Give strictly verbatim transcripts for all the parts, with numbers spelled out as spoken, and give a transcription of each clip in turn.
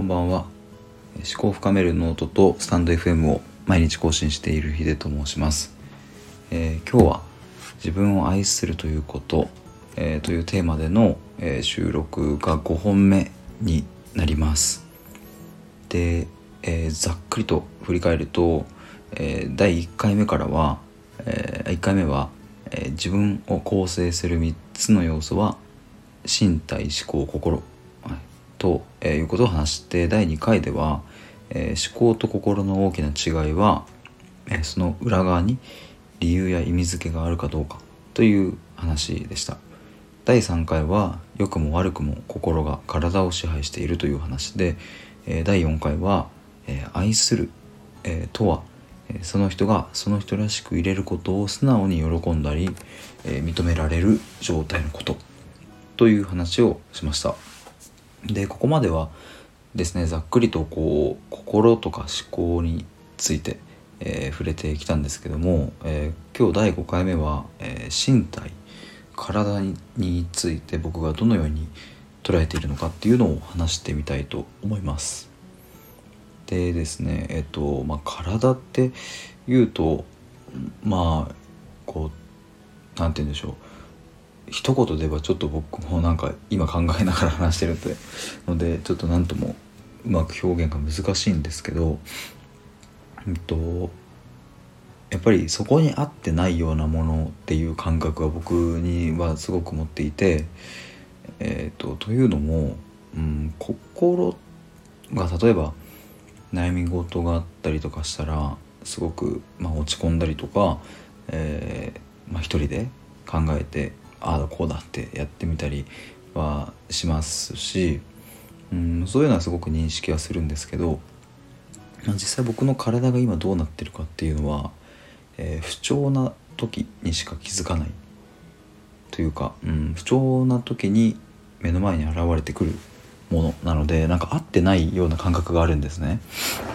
ばんは。思考を深めるノートとスタンド エフエム を毎日更新しているヒデと申します。えー、今日は自分を愛するということ、えー、というテーマでの、えー、収録がごほんめになります。で、えー、ざっくりと振り返ると、えー、だいいっかいめからは、えー、いっかいめは、えー、自分を構成するみっつの要素は身体、思考、心、はい、と、えー、いうことを話して、だいにかいでは、えー、思考と心の大きな違いは、えー、その裏側に理由や意味付けがあるかどうかという話でした。だいさんかいは良くも悪くも心が体を支配しているという話で、えー、だいよんかいは、えー、愛する、えー、とは、えー、その人がその人らしくいれることを素直に喜んだり、えー、認められる状態のことという話をしました。で、ここまではですね、ざっくりとこう心とか思考について、えー、触れてきたんですけども、えー、今日だいごかいめは、えー、身体、体について僕がどのように捉えているのかっていうのを話してみたいと思います。でですね、えっとまあ体っていうと、まあこうなんて言うんでしょう、一言で言えばちょっと僕もなんか今考えながら話してるのでちょっと何ともうまく表現が難しいんですけど、えっとやっぱりそこに合ってないようなものっていう感覚は僕にはすごく持っていて、えっとというのも、うん、心が例えば悩み事があったりとかしたらすごく、まあ、落ち込んだりとか、えーまあ、一人で考えてああだこうだってやってみたりはしますし、うん、そういうのはすごく認識はするんですけど、実際僕の体が今どうなってるかっていうのは、えー、不調な時にしか気づかないというか、うん、不調な時に目の前に現れてくるものなので、なんか合ってないような感覚があるんですね。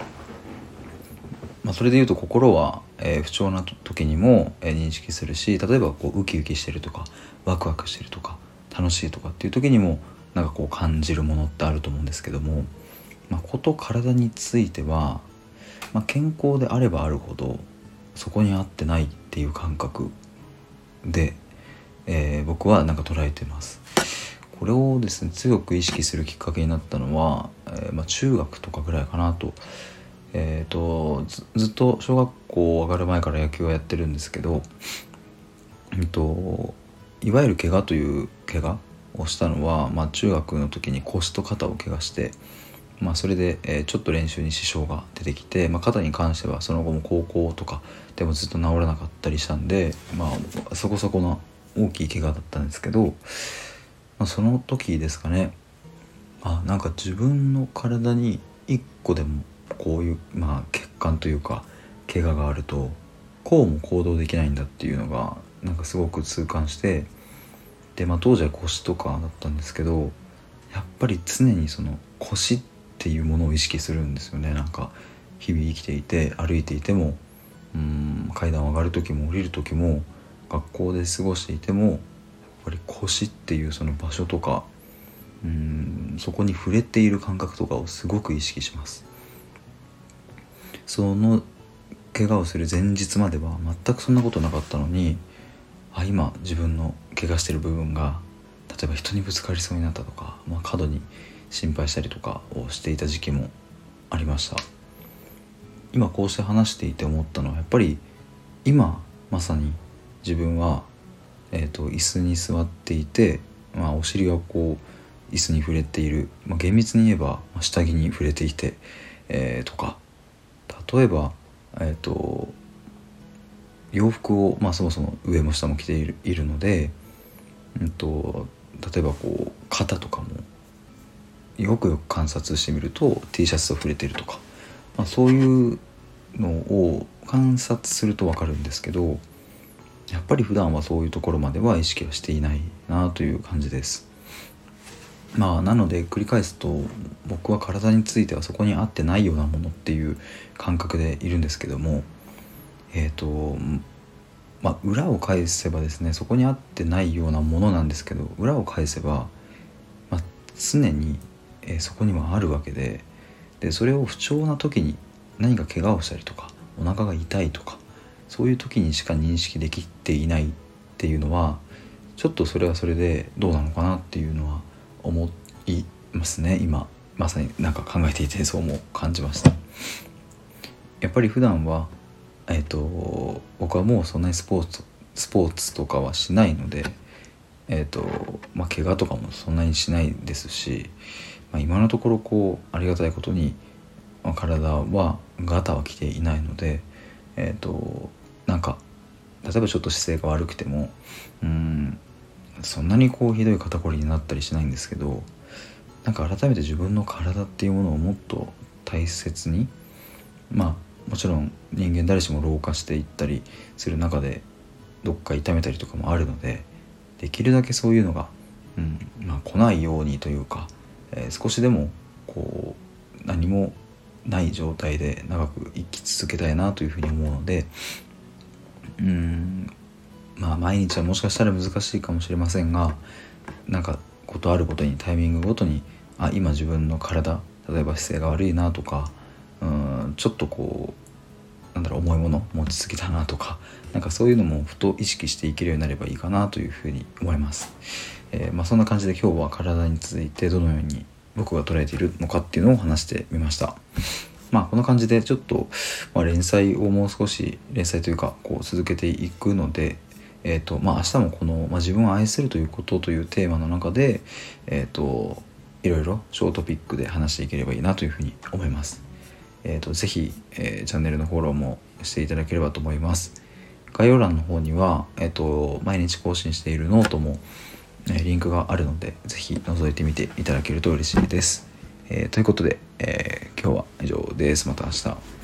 まあ、それでいうと心は、えー、不調な時にも、えー、認識するし、例えばこうウキウキしてるとかワクワクしてるとか楽しいとかっていう時にもなんかこう感じるものってあると思うんですけども、まあ、こと体については、まあ、健康であればあるほどそこに合ってないっていう感覚で、えー、僕はなんか捉えてます。これをですね強く意識するきっかけになったのは、えーまあ、中学とかぐらいかなと。えーと、ず, ずっと小学校上がる前から野球をやってるんですけど、えっと、いわゆる怪我という怪我をしたのは、まあ、中学の時に腰と肩を怪我して、まあ、それで、えー、ちょっと練習に支障が出てきて、まあ、肩に関してはその後も高校とかでもずっと治らなかったりしたんで、まあ、そこそこの大きい怪我だったんですけど、まあ、その時ですかね、あ、なんか自分の体に一個でもこういう、まあ、欠陥というか怪我があるとこうも行動できないんだっていうのがなんかすごく痛感して、で、まあ、当時は腰とかだったんですけど、やっぱり常にその腰っていうものを意識するんですよね。なんか日々生きていて歩いていても、うーん階段を上がる時も降りる時も学校で過ごしていても、やっぱり腰っていうその場所とか、うーんそこに触れている感覚とかをすごく意識します。その怪我をする前日までは全くそんなことなかったのに、あ、今自分の怪我してる部分が例えば人にぶつかりそうになったとか、まあ、過度に心配したりとかをしていた時期もありました。今こうして話していて思ったのは、やっぱり今まさに自分は、えーと、椅子に座っていて、まあ、お尻がこう椅子に触れている、まあ、厳密に言えば下着に触れていて、えー、とか、例えば、えーと、洋服を、まあ、そもそも上も下も着ている、いるので、うんと、例えばこう肩とかもよくよく観察してみると T シャツと触れているとか、まあ、そういうのを観察すると分かるんですけど、やっぱり普段はそういうところまでは意識はしていないなという感じです。まあなので繰り返すと、僕は体についてはそこに合ってないようなものっていう感覚でいるんですけども、えっとまあ裏を返せばですね、そこに合ってないようなものなんですけど、裏を返せば、まあ、常に、えー、そこにはあるわけで、 でそれを不調な時に何か怪我をしたりとかお腹が痛いとかそういう時にしか認識できていないっていうのはちょっとそれはそれでどうなのかなっていうのは思いますね。今まさになんか考えていてそうも感じました。やっぱり普段はえっと僕はもうそんなにスポーツスポーツとかはしないのでえっとまあ怪我とかもそんなにしないですし、まあ、今のところこうありがたいことに、まあ、体はガタは来ていないのでえっとなんか例えばちょっと姿勢が悪くてもうーんそんなにこうひどい肩こりになったりしないんですけど、なんか改めて自分の体っていうものをもっと大切に、まあもちろん人間誰しも老化していったりする中でどっか痛めたりとかもあるので、できるだけそういうのが、うんまあ、来ないようにというか、えー、少しでもこう何もない状態で長く生き続けたいなというふうに思うので、うーんまあ毎日はもしかしたら難しいかもしれませんが、なんかことあるごとにタイミングごとにあ今自分の体例えば姿勢が悪いなとかうーんちょっとこうなんだろう重いもの持ちすぎたなとかなんかそういうのもふと意識していけるようになればいいかなというふうに思います。えーまあ、そんな感じで今日は体についてどのように僕が捉えているのかっていうのを話してみました。まあこんな感じでちょっと、まあ、連載をもう少し連載というかこう続けていくので、えーとまあ、明日もこの、まあ、自分を愛するということというテーマの中で、えーといろいろショートピックで話していければいいなというふうに思います。えーとぜひ、えー、チャンネルのフォローもしていただければと思います。概要欄の方には、えーと毎日更新しているノートも、えー、リンクがあるのでぜひ覗いてみていただけると嬉しいです。えー、ということで、えー、今日は以上です。また明日。